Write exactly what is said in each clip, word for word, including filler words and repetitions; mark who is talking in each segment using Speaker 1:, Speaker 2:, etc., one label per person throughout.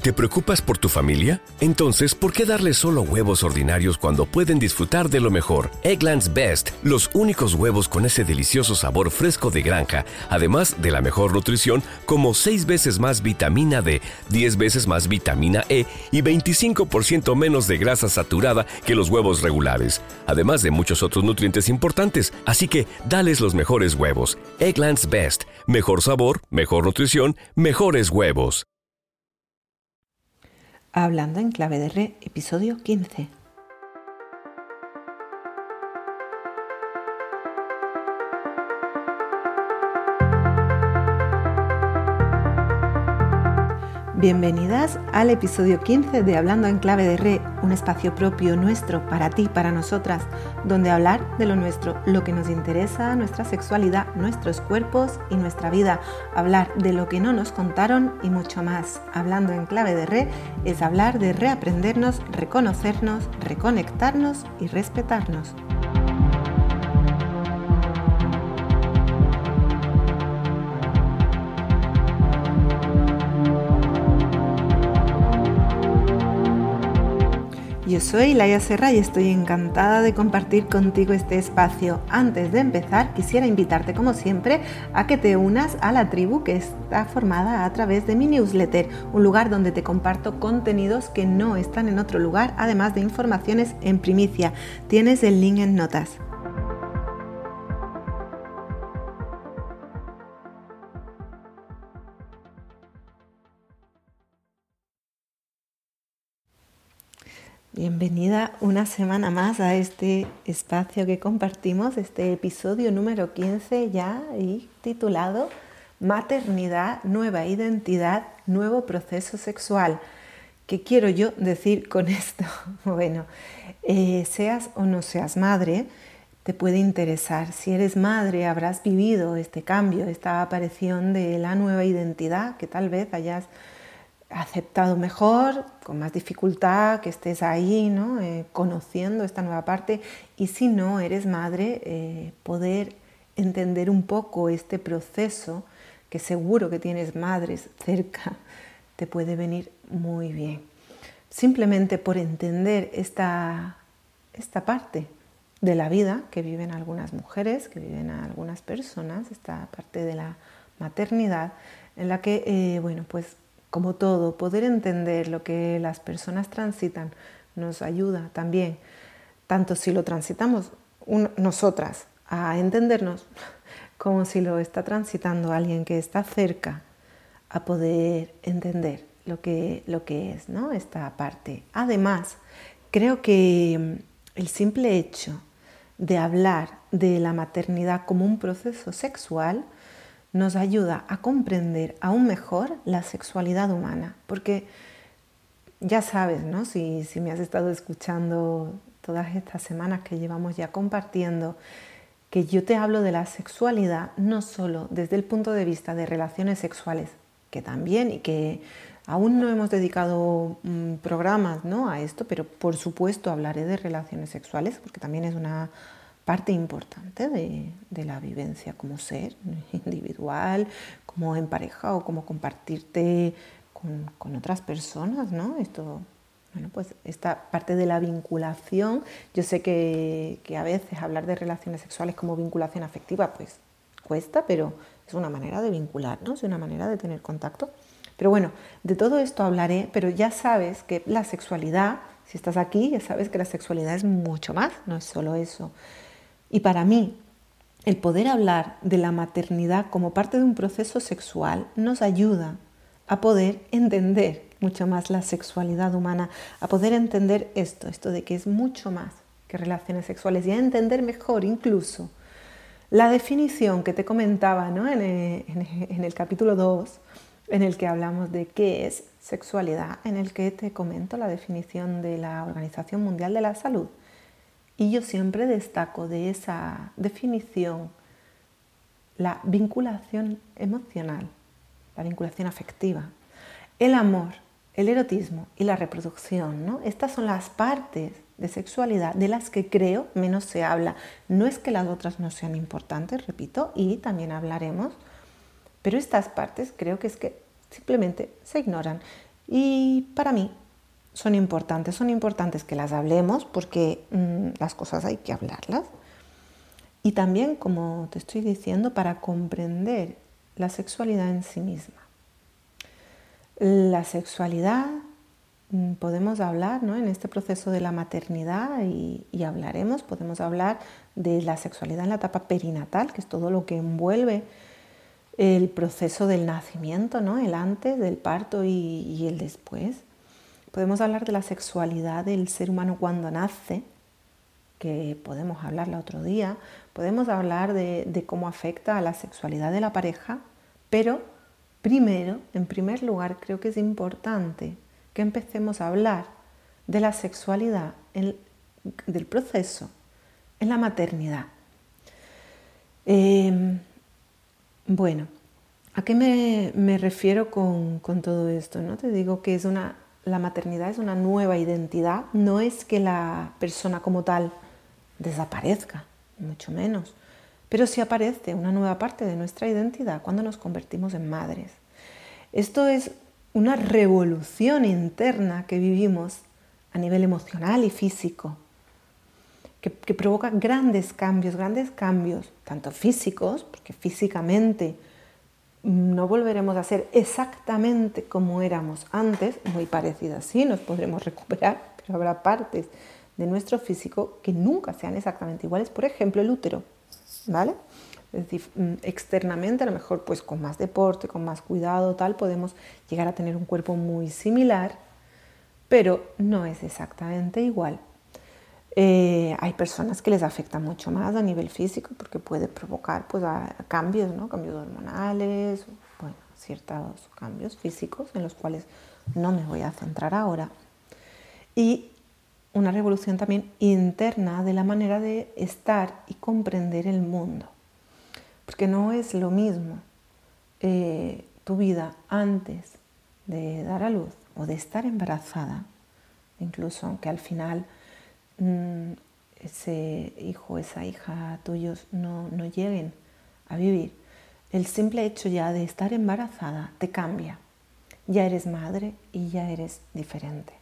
Speaker 1: ¿Te preocupas por tu familia? Entonces, ¿por qué darles solo huevos ordinarios cuando pueden disfrutar de lo mejor? Eggland's Best, los únicos huevos con ese delicioso sabor fresco de granja, además de la mejor nutrición, como seis veces más vitamina D, diez veces más vitamina E y veinticinco por ciento menos de grasa saturada que los huevos regulares, además de muchos otros nutrientes importantes. Así que, dales los mejores huevos. Eggland's Best, mejor sabor, mejor nutrición, mejores huevos.
Speaker 2: Hablando en Clave de Re, episodio quince. Bienvenidas al episodio quince de Hablando en Clave de Re, un espacio propio nuestro, para ti, para nosotras, donde hablar de lo nuestro, lo que nos interesa, nuestra sexualidad, nuestros cuerpos y nuestra vida, hablar de lo que no nos contaron y mucho más. Hablando en Clave de Re es hablar de reaprendernos, reconocernos, reconectarnos y respetarnos. Yo soy Laia Serra y estoy encantada de compartir contigo este espacio. Antes de empezar, quisiera invitarte, como siempre, a que te unas a la tribu que está formada a través de mi newsletter, un lugar donde te comparto contenidos que no están en otro lugar, además de informaciones en primicia. Tienes el link en notas. Bienvenida una semana más a este espacio que compartimos, este episodio número quince ya y titulado Maternidad, nueva identidad, nuevo proceso sexual. ¿Qué quiero yo decir con esto? Bueno, eh, seas o no seas madre, te puede interesar. Si eres madre, habrás vivido este cambio, esta aparición de la nueva identidad que tal vez hayas aceptado mejor, con más dificultad, que estés ahí, ¿no? eh, conociendo esta nueva parte. Y si no eres madre, eh, poder entender un poco este proceso, que seguro que tienes madres cerca, te puede venir muy bien. Simplemente por entender esta, esta parte de la vida que viven algunas mujeres, que viven algunas personas, esta parte de la maternidad, en la que, eh, bueno, pues como todo, poder entender lo que las personas transitan nos ayuda también, tanto si lo transitamos un, nosotras a entendernos, como si lo está transitando alguien que está cerca a poder entender lo que, lo que es, ¿no? Esta parte. Además, creo que el simple hecho de hablar de la maternidad como un proceso sexual nos ayuda a comprender aún mejor la sexualidad humana, porque ya sabes, ¿no? Si, si me has estado escuchando todas estas semanas que llevamos ya compartiendo, que yo te hablo de la sexualidad no solo desde el punto de vista de relaciones sexuales, que también, y que aún no hemos dedicado mmm, programas, ¿no? a esto, pero por supuesto hablaré de relaciones sexuales, porque también es una parte importante de, de la vivencia como ser individual, como en pareja o como compartirte con, con otras personas, ¿no? Esto, bueno, pues esta parte de la vinculación, yo sé que, que a veces hablar de relaciones sexuales como vinculación afectiva pues cuesta, pero es una manera de vincularnos, es una manera de tener contacto. Pero bueno, de todo esto hablaré, pero ya sabes que la sexualidad, si estás aquí, ya sabes que la sexualidad es mucho más, no es solo eso. Y para mí, el poder hablar de la maternidad como parte de un proceso sexual nos ayuda a poder entender mucho más la sexualidad humana, a poder entender esto, esto de que es mucho más que relaciones sexuales y a entender mejor incluso la definición que te comentaba, ¿no? en, el, en el capítulo dos, en el que hablamos de qué es sexualidad, en el que te comento la definición de la Organización Mundial de la Salud. Y yo siempre destaco de esa definición la vinculación emocional, la vinculación afectiva, el amor, el erotismo y la reproducción, ¿no? Estas son las partes de sexualidad de las que creo menos se habla. No es que las otras no sean importantes, repito, y también hablaremos, pero estas partes creo que es que simplemente se ignoran. Y para mí son importantes, son importantes que las hablemos porque mmm, las cosas hay que hablarlas. Y también, como te estoy diciendo, para comprender la sexualidad en sí misma. La sexualidad, podemos hablar, ¿no?, en este proceso de la maternidad y, y hablaremos, podemos hablar de la sexualidad en la etapa perinatal, que es todo lo que envuelve el proceso del nacimiento, ¿no?, el antes del parto y, y el después. Podemos hablar de la sexualidad del ser humano cuando nace, que podemos hablarla otro día. Podemos hablar de, de cómo afecta a la sexualidad de la pareja, pero primero, en primer lugar, creo que es importante que empecemos a hablar de la sexualidad, en, del proceso en la maternidad. Eh, bueno, ¿a qué me, me refiero con, con todo esto, ¿no? Te digo que es una, la maternidad es una nueva identidad, no es que la persona como tal desaparezca, mucho menos, pero sí aparece una nueva parte de nuestra identidad cuando nos convertimos en madres. Esto es una revolución interna que vivimos a nivel emocional y físico, que, que provoca grandes cambios, grandes cambios, tanto físicos, porque físicamente no volveremos a ser exactamente como éramos antes, muy parecidas, sí, nos podremos recuperar, pero habrá partes de nuestro físico que nunca sean exactamente iguales. Por ejemplo, el útero, ¿vale? Es decir, externamente, a lo mejor pues con más deporte, con más cuidado, tal, podemos llegar a tener un cuerpo muy similar, pero no es exactamente igual. Eh, hay personas que les afecta mucho más a nivel físico porque puede provocar pues, a, a cambios, ¿no? Cambios hormonales, bueno, ciertos cambios físicos en los cuales no me voy a centrar ahora. Y una revolución también interna de la manera de estar y comprender el mundo. Porque no es lo mismo eh, tu vida antes de dar a luz o de estar embarazada, incluso aunque al final mmm, ese hijo o esa hija tuyos no, no lleguen a vivir. El simple hecho ya de estar embarazada te cambia. Ya eres madre y ya eres diferente.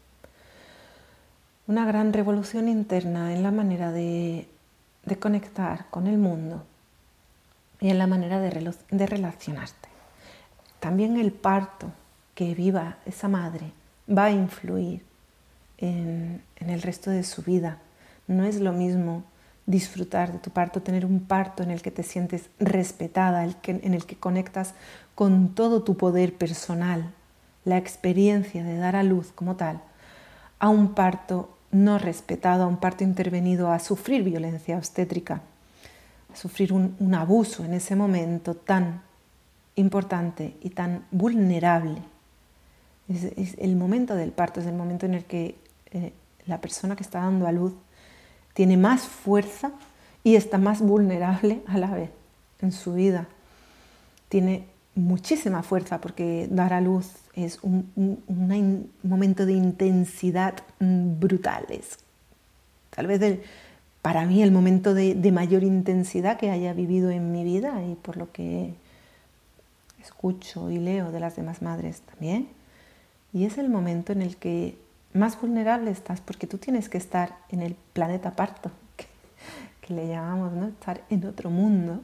Speaker 2: Una gran revolución interna en la manera de, de conectar con el mundo y en la manera de, relo- de relacionarte. También el parto que viva esa madre va a influir en, en el resto de su vida. No es lo mismo disfrutar de tu parto, tener un parto en el que te sientes respetada, el que, en el que conectas con todo tu poder personal, la experiencia de dar a luz como tal, a un parto no respetado, a un parto intervenido, a sufrir violencia obstétrica, a sufrir un, un abuso en ese momento tan importante y tan vulnerable. Es, es el momento del parto, es el momento en el que eh, la persona que está dando a luz tiene más fuerza y está más vulnerable a la vez en su vida. Tiene muchísima fuerza porque dar a luz es un, un, un in, momento de intensidad brutal. Es tal vez el, para mí el momento de, de mayor intensidad que haya vivido en mi vida y por lo que escucho y leo de las demás madres también. Y es el momento en el que más vulnerable estás porque tú tienes que estar en el planeta parto, que, que le llamamos, ¿no? Estar en otro mundo.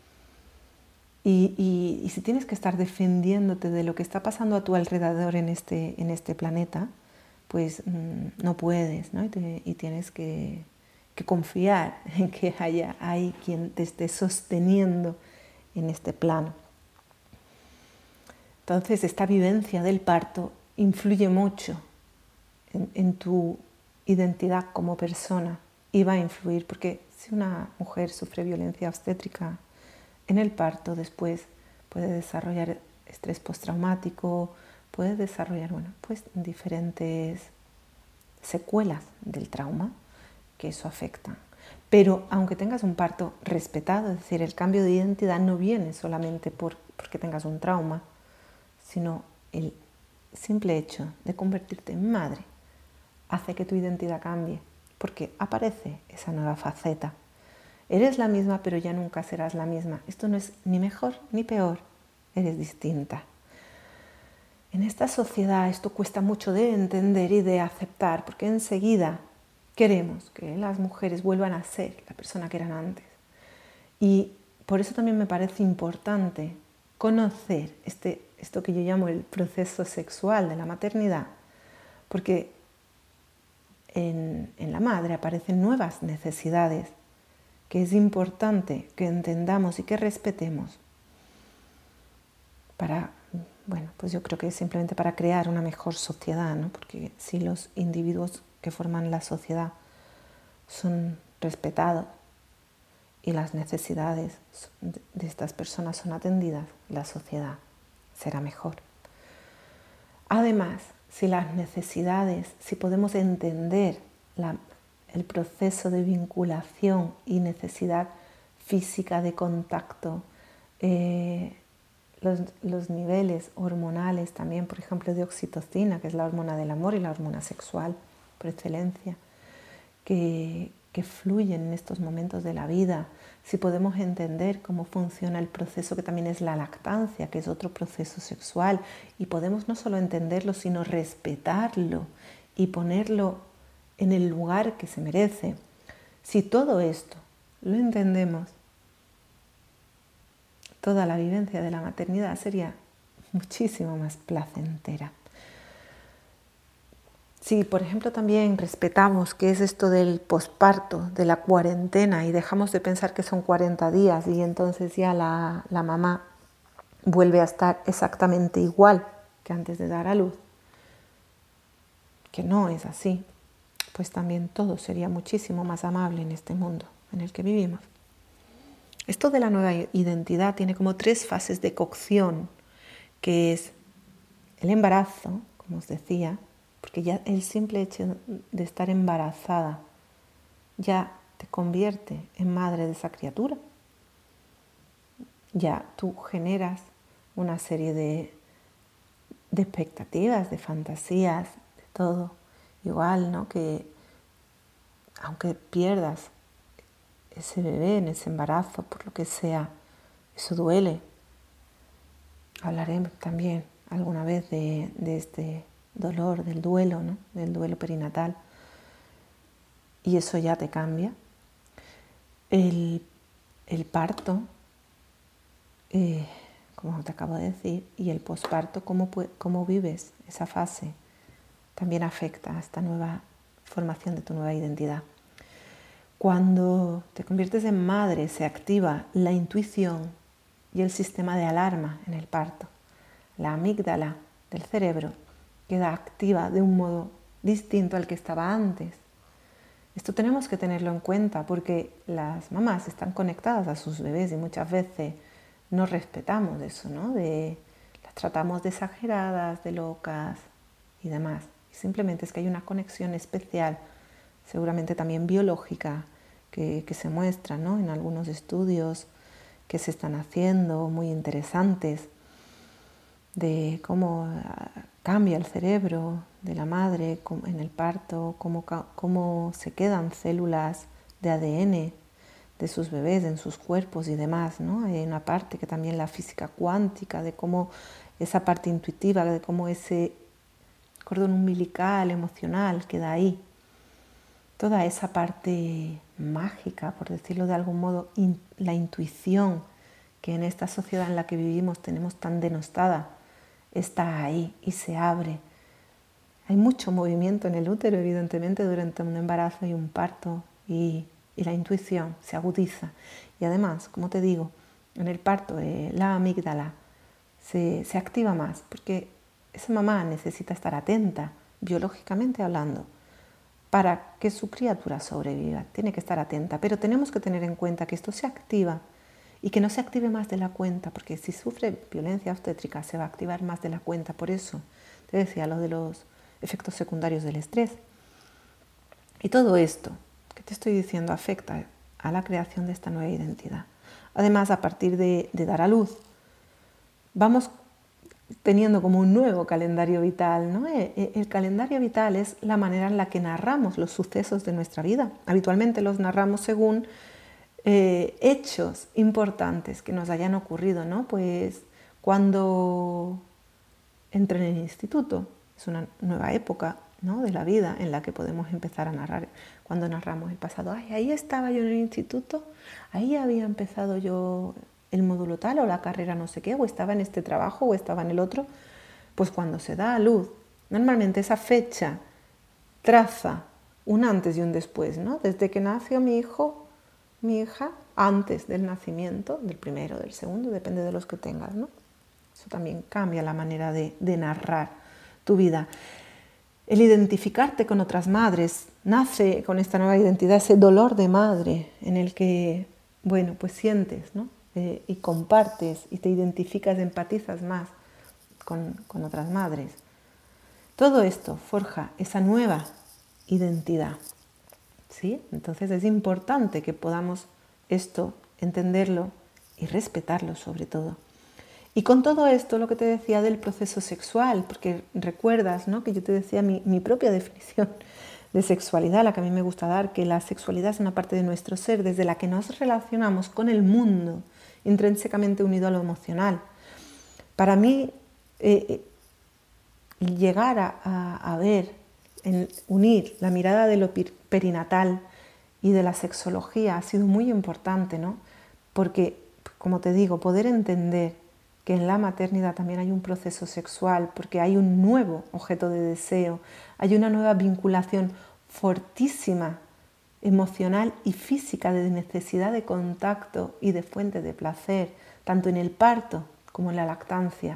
Speaker 2: Y, y, y si tienes que estar defendiéndote de lo que está pasando a tu alrededor en este, en este planeta, pues mmm, no puedes, ¿no? Y, te, y tienes que, que confiar en que haya hay quien te esté sosteniendo en este plano. Entonces, esta vivencia del parto influye mucho en, en tu identidad como persona y va a influir, porque si una mujer sufre violencia obstétrica en el parto, después puede desarrollar estrés postraumático, puede desarrollar bueno, pues, diferentes secuelas del trauma que eso afecta. Pero aunque tengas un parto respetado, es decir, el cambio de identidad no viene solamente por, porque tengas un trauma, sino el simple hecho de convertirte en madre hace que tu identidad cambie, porque aparece esa nueva faceta. Eres la misma, pero ya nunca serás la misma. Esto no es ni mejor ni peor, eres distinta. En esta sociedad esto cuesta mucho de entender y de aceptar, porque enseguida queremos que las mujeres vuelvan a ser la persona que eran antes. Y por eso también me parece importante conocer este, esto que yo llamo el proceso sexual de la maternidad, porque en, en la madre aparecen nuevas necesidades que es importante que entendamos y que respetemos para, bueno, pues yo creo que es simplemente para crear una mejor sociedad, ¿no? Porque si los individuos que forman la sociedad son respetados y las necesidades de estas personas son atendidas, la sociedad será mejor. Además, si las necesidades, si podemos entender la, el proceso de vinculación y necesidad física de contacto, eh, los, los niveles hormonales también, por ejemplo, de oxitocina, que es la hormona del amor y la hormona sexual por excelencia, que, que fluyen en estos momentos de la vida, si podemos entender cómo funciona el proceso que también es la lactancia, que es otro proceso sexual, y podemos no solo entenderlo, sino respetarlo y ponerlo en el lugar que se merece. Si todo esto lo entendemos, toda la vivencia de la maternidad sería muchísimo más placentera. Si, por ejemplo, también respetamos qué es esto del posparto, de la cuarentena, y dejamos de pensar que son cuarenta días y entonces ya la, la mamá vuelve a estar exactamente igual que antes de dar a luz, que no es así, pues también todo sería muchísimo más amable en este mundo en el que vivimos. Esto de la nueva identidad tiene como tres fases de cocción, que es el embarazo, como os decía, porque ya el simple hecho de estar embarazada ya te convierte en madre de esa criatura. Ya tú generas una serie de, de expectativas, de fantasías, de todo. Igual, ¿no? Que aunque pierdas ese bebé en ese embarazo, por lo que sea, eso duele. Hablaré también alguna vez de, de este dolor, del duelo, ¿no? Del duelo perinatal. Y eso ya te cambia. El, el parto, eh, como te acabo de decir, y el posparto, cómo, cómo vives esa fase, también afecta a esta nueva formación de tu nueva identidad. Cuando te conviertes en madre, se activa la intuición y el sistema de alarma en el parto. La amígdala del cerebro queda activa de un modo distinto al que estaba antes. Esto tenemos que tenerlo en cuenta porque las mamás están conectadas a sus bebés y muchas veces no respetamos eso, ¿no? De, las tratamos de exageradas, de locas y demás. Y simplemente es que hay una conexión especial, seguramente también biológica, que, que se muestra, ¿no? En algunos estudios que se están haciendo muy interesantes de cómo cambia el cerebro de la madre en el parto, cómo, cómo se quedan células de A D N de sus bebés en sus cuerpos y demás, ¿no? Hay una parte que también la física cuántica, de cómo esa parte intuitiva, de cómo ese cordón umbilical, emocional, queda ahí. Toda esa parte mágica, por decirlo de algún modo, in, la intuición que en esta sociedad en la que vivimos tenemos tan denostada, está ahí y se abre. Hay mucho movimiento en el útero, evidentemente, durante un embarazo y un parto, y, y la intuición se agudiza. Y además, como te digo, en el parto eh, la amígdala se, se activa más, porque esa mamá necesita estar atenta, biológicamente hablando, para que su criatura sobreviva. Tiene que estar atenta, pero tenemos que tener en cuenta que esto se activa y que no se active más de la cuenta, porque si sufre violencia obstétrica se va a activar más de la cuenta. Por eso te decía lo de los efectos secundarios del estrés. Y todo esto que te estoy diciendo afecta a la creación de esta nueva identidad. Además, a partir de, de dar a luz, vamos teniendo como un nuevo calendario vital, ¿no? El, el calendario vital es la manera en la que narramos los sucesos de nuestra vida. Habitualmente los narramos según Eh, hechos importantes que nos hayan ocurrido, ¿no? Pues cuando entre en el instituto. Es una nueva época, ¿no?, de la vida en la que podemos empezar a narrar. Cuando narramos el pasado, ay, ahí estaba yo en el instituto, ahí había empezado yo el módulo tal o la carrera no sé qué, o estaba en este trabajo o estaba en el otro. Pues cuando se da a luz, normalmente esa fecha traza un antes y un después, ¿no? Desde que nació mi hijo, mi hija, antes del nacimiento, del primero, del segundo, depende de los que tengas, ¿no? Eso también cambia la manera de, de narrar tu vida. El identificarte con otras madres, nace con esta nueva identidad, ese dolor de madre en el que, bueno, pues sientes, ¿no? Eh, y compartes y te identificas, empatizas más con, con otras madres. Todo esto forja esa nueva identidad, ¿sí? Entonces es importante que podamos esto entenderlo y respetarlo sobre todo. Y con todo esto, lo que te decía del proceso sexual, porque recuerdas, ¿no?, que yo te decía mi, mi propia definición de sexualidad, la que a mí me gusta dar, que la sexualidad es una parte de nuestro ser desde la que nos relacionamos con el mundo, intrínsecamente unido a lo emocional. Para mí, eh, llegar a, a, a ver, en, unir la mirada de lo perinatal y de la sexología ha sido muy importante, ¿no? Porque, como te digo, poder entender que en la maternidad también hay un proceso sexual, porque hay un nuevo objeto de deseo, hay una nueva vinculación fortísima, emocional y física, de necesidad de contacto y de fuente de placer, tanto en el parto como en la lactancia,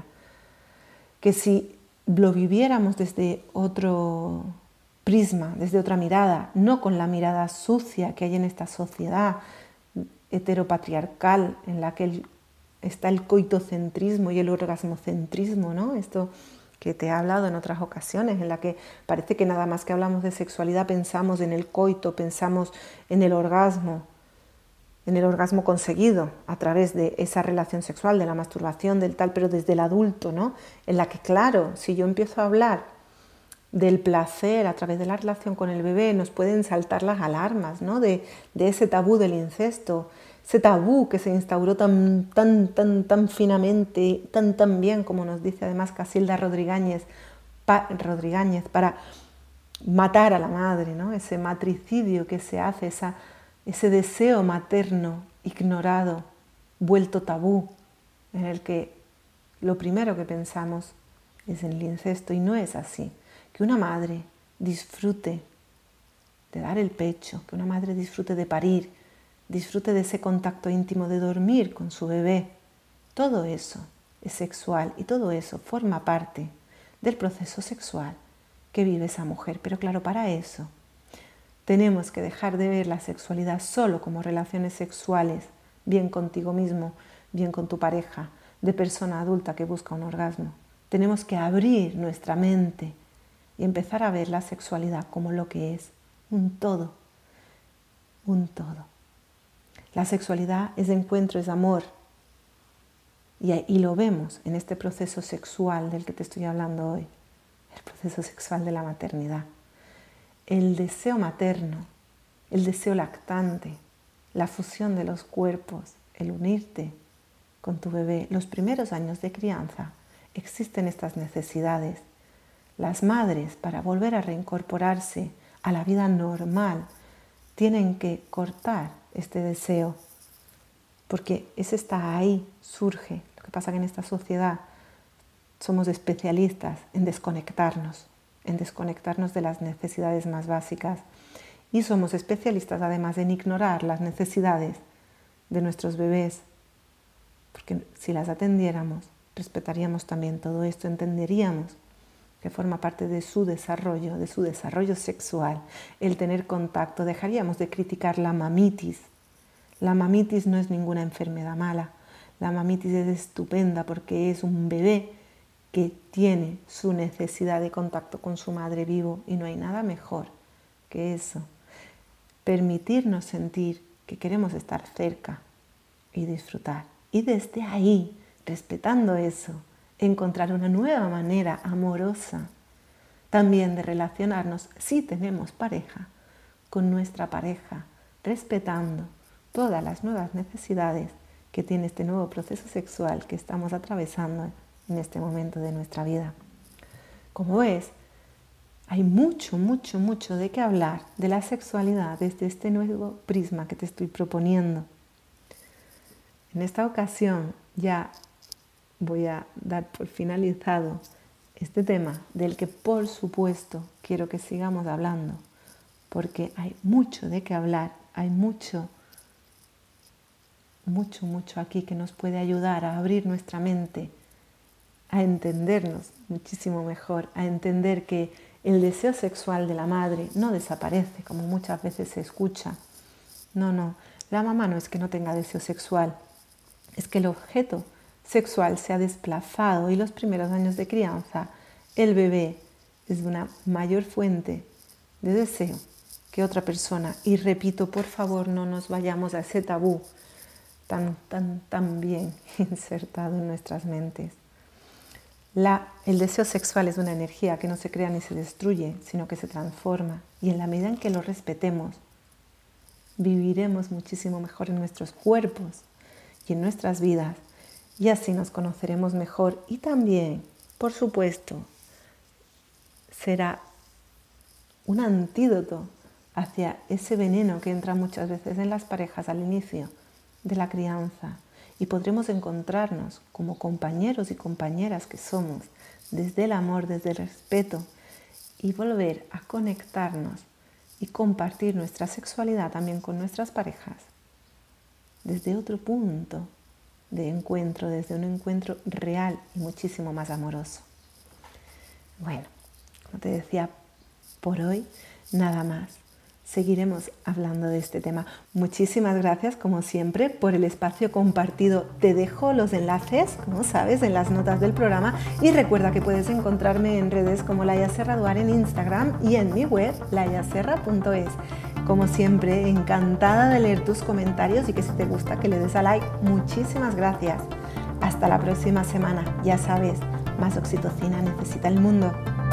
Speaker 2: que si lo viviéramos desde otro prisma, desde otra mirada, no con la mirada sucia que hay en esta sociedad heteropatriarcal en la que el, está el coitocentrismo y el orgasmocentrismo, ¿no? Esto que te he hablado en otras ocasiones, en la que parece que nada más que hablamos de sexualidad pensamos en el coito, pensamos en el orgasmo, en el orgasmo conseguido a través de esa relación sexual, de la masturbación, del tal, pero desde el adulto, ¿no? En la que, claro, si yo empiezo a hablar del placer a través de la relación con el bebé, nos pueden saltar las alarmas, ¿no? De, de ese tabú del incesto, ese tabú que se instauró tan, tan, tan, tan finamente, tan, tan bien, como nos dice además Casilda Rodríguez, pa, Rodríguez para matar a la madre, ¿no? Ese matricidio que se hace, esa, ese deseo materno ignorado, vuelto tabú, en el que lo primero que pensamos es en el incesto, y no es así. Que una madre disfrute de dar el pecho, que una madre disfrute de parir, disfrute de ese contacto íntimo, de dormir con su bebé, todo eso es sexual y todo eso forma parte del proceso sexual que vive esa mujer. Pero claro, para eso tenemos que dejar de ver la sexualidad solo como relaciones sexuales, bien contigo mismo, bien con tu pareja, de persona adulta que busca un orgasmo. Tenemos que abrir nuestra mente y empezar a ver la sexualidad como lo que es, un todo, un todo. La sexualidad es encuentro, es amor. Y, y lo vemos en este proceso sexual del que te estoy hablando hoy, el proceso sexual de la maternidad. El deseo materno, el deseo lactante, la fusión de los cuerpos, el unirte con tu bebé. Los primeros años de crianza existen estas necesidades. Las madres, para volver a reincorporarse a la vida normal, tienen que cortar este deseo, porque ese está ahí, surge. Lo que pasa es que en esta sociedad somos especialistas en desconectarnos, en desconectarnos de las necesidades más básicas, y somos especialistas además en ignorar las necesidades de nuestros bebés, porque si las atendiéramos, respetaríamos también todo esto, entenderíamos que forma parte de su desarrollo, de su desarrollo sexual, el tener contacto. Dejaríamos de criticar la mamitis. La mamitis no es ninguna enfermedad mala. La mamitis es estupenda porque es un bebé que tiene su necesidad de contacto con su madre vivo, y no hay nada mejor que eso. Permitirnos sentir que queremos estar cerca y disfrutar. Y desde ahí, respetando eso, encontrar una nueva manera amorosa también de relacionarnos, si tenemos pareja, con nuestra pareja, respetando todas las nuevas necesidades que tiene este nuevo proceso sexual que estamos atravesando en este momento de nuestra vida. Como ves, hay mucho, mucho, mucho de qué hablar de la sexualidad desde este nuevo prisma que te estoy proponiendo. En esta ocasión ya voy a dar por finalizado este tema del que por supuesto quiero que sigamos hablando, porque hay mucho de qué hablar, hay mucho, mucho, mucho aquí que nos puede ayudar a abrir nuestra mente, a entendernos muchísimo mejor, a entender que el deseo sexual de la madre no desaparece, como muchas veces se escucha. No, no, la mamá no es que no tenga deseo sexual, es que el objeto sexual se ha desplazado y los primeros años de crianza el bebé es una mayor fuente de deseo que otra persona. Y repito, por favor, no nos vayamos a ese tabú tan, tan, tan bien insertado en nuestras mentes. La, el deseo sexual es una energía que no se crea ni se destruye, sino que se transforma. Y en la medida en que lo respetemos, viviremos muchísimo mejor en nuestros cuerpos y en nuestras vidas. Y así nos conoceremos mejor. Y también, por supuesto, será un antídoto hacia ese veneno que entra muchas veces en las parejas al inicio de la crianza. Y podremos encontrarnos como compañeros y compañeras que somos, desde el amor, desde el respeto, y volver a conectarnos y compartir nuestra sexualidad también con nuestras parejas desde otro punto de encuentro, desde un encuentro real y muchísimo más amoroso. Bueno, como te decía, por hoy nada más. Seguiremos hablando de este tema. Muchísimas gracias, como siempre, por el espacio compartido. Te dejo los enlaces, como sabes, en las notas del programa. Y recuerda que puedes encontrarme en redes como Laia Serra Duar en Instagram y en mi web, laia serra punto es. Como siempre, encantada de leer tus comentarios y que si te gusta que le des a like. Muchísimas gracias. Hasta la próxima semana. Ya sabes, más oxitocina necesita el mundo.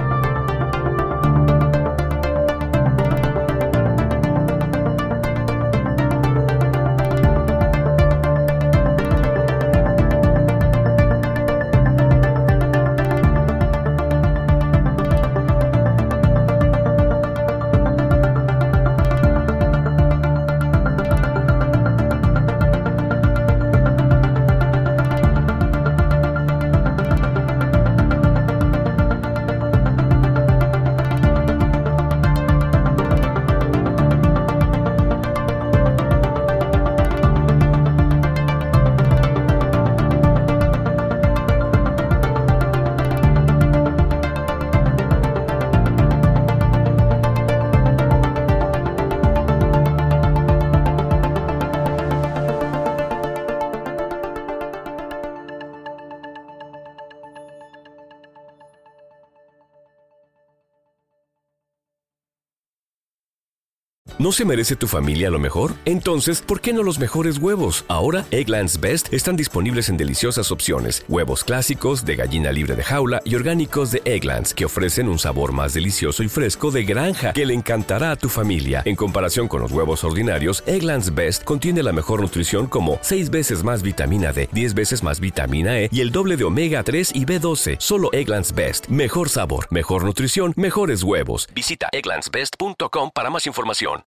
Speaker 1: ¿No se merece tu familia lo mejor? Entonces, ¿por qué no los mejores huevos? Ahora, Eggland's Best están disponibles en deliciosas opciones. Huevos clásicos, de gallina libre de jaula y orgánicos de Eggland's, que ofrecen un sabor más delicioso y fresco de granja que le encantará a tu familia. En comparación con los huevos ordinarios, Eggland's Best contiene la mejor nutrición como seis veces más vitamina D, diez veces más vitamina E y el doble de omega tres y B doce. Solo Eggland's Best. Mejor sabor, mejor nutrición, mejores huevos. Visita egglands best punto com para más información.